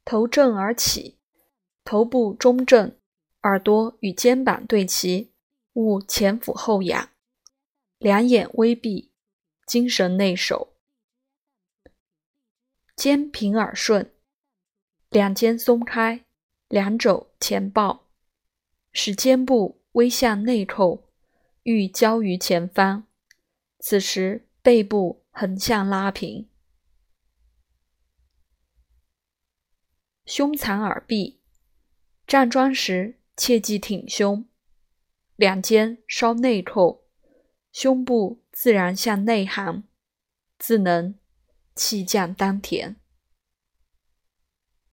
头正而起，头部中正，耳朵与肩膀对齐，勿前俯后仰，两眼微闭，精神内守。肩平耳顺，两肩松开，两肘前抱，使肩部微向内扣，欲交于前方，此时背部横向拉平。胸藏耳壁，站桩时切忌挺胸，两肩稍内扣，胸部自然向内含，自能气降丹田。